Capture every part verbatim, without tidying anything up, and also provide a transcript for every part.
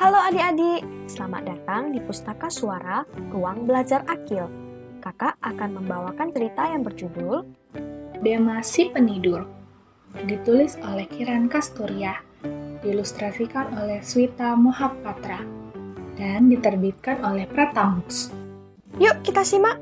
Halo adik-adik, selamat datang di Pustaka Suara Ruang Belajar Akil. Kakak akan membawakan cerita yang berjudul Bema si Penidur, ditulis oleh Kiran Kasturia, diilustrasikan oleh Swita Mohapatra, dan diterbitkan oleh Pratambooks. Yuk kita simak.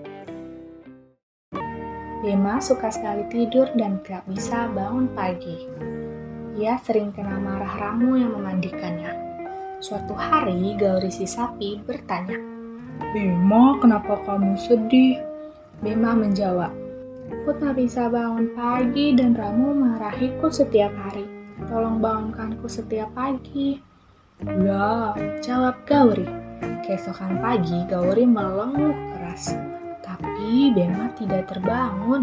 Bema suka sekali tidur dan gak bisa bangun pagi. Ia sering kena marah Ramu yang memandikannya. Suatu hari, Gauri si sapi bertanya, "Bema, kenapa kamu sedih?" Bema menjawab, "Aku tak bisa bangun pagi dan Ramu marahiku setiap hari. Tolong bangunkanku setiap pagi." "Ya," jawab Gauri. Keesokan pagi, Gauri melenguh keras, tapi Bema tidak terbangun.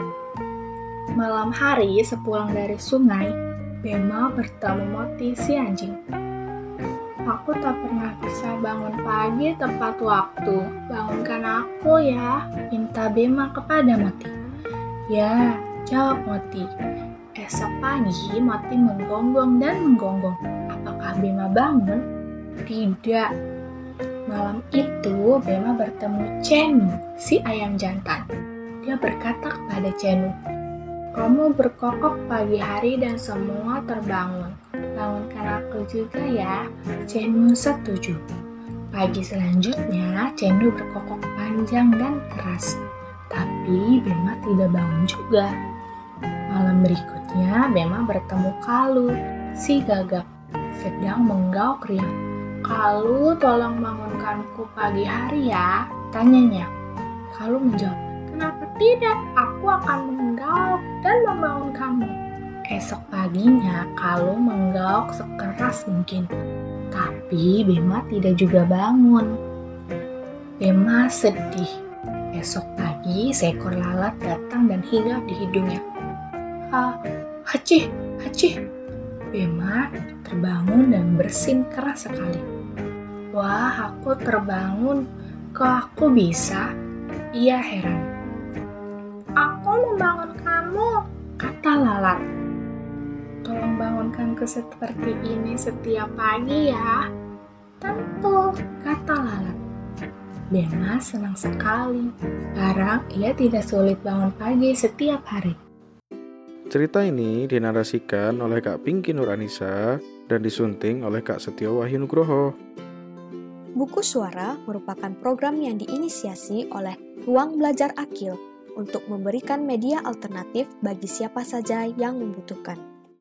Malam hari, sepulang dari sungai, Bema bertemu Moti si anjing. "Aku tak pernah bisa bangun pagi tepat waktu. Bangunkan aku ya," minta Bema kepada Moti. "Ya," jawab Moti. Esok pagi, Moti menggonggong dan menggonggong. Apakah Bema bangun? Tidak. Malam itu, Bema bertemu Cenu, si ayam jantan. Dia berkata kepada Cenu, "Kamu berkokok pagi hari dan semua terbangun. Bangunkan aku juga ya." Cenu setuju. Pagi selanjutnya, Cenu berkokok panjang dan keras. Tapi Bema tidak bangun juga. Malam berikutnya, Bema bertemu Kalu, si gagak, sedang menggauk riang. "Kalu, tolong bangunkanku pagi hari ya," tanyanya. Kalu menjawab, "Kenapa tidak? Aku akan menggauk dan membangunkanmu." Esok paginya, Kalu menggauk sekeras mungkin. Tapi Bema tidak juga bangun. Bema sedih. Esok pagi, seekor lalat datang dan hinggap di hidungnya. "Ha, hacih, hacih." Bema terbangun dan bersin keras sekali. "Wah, aku terbangun. Kok aku bisa?" Ia heran. "Aku membangunkanmu," kata lalat. "Tolong bangunkanku seperti ini setiap pagi ya." "Tentu," kata lalat. Bema senang sekali. Sekarang ia tidak sulit bangun pagi setiap hari. Cerita ini dinarasikan oleh Kak Pinky Nuranisa dan disunting oleh Kak Setio Wahyu Nugroho. Buku Suara merupakan program yang diinisiasi oleh Ruang Belajar Akil untuk memberikan media alternatif bagi siapa saja yang membutuhkan.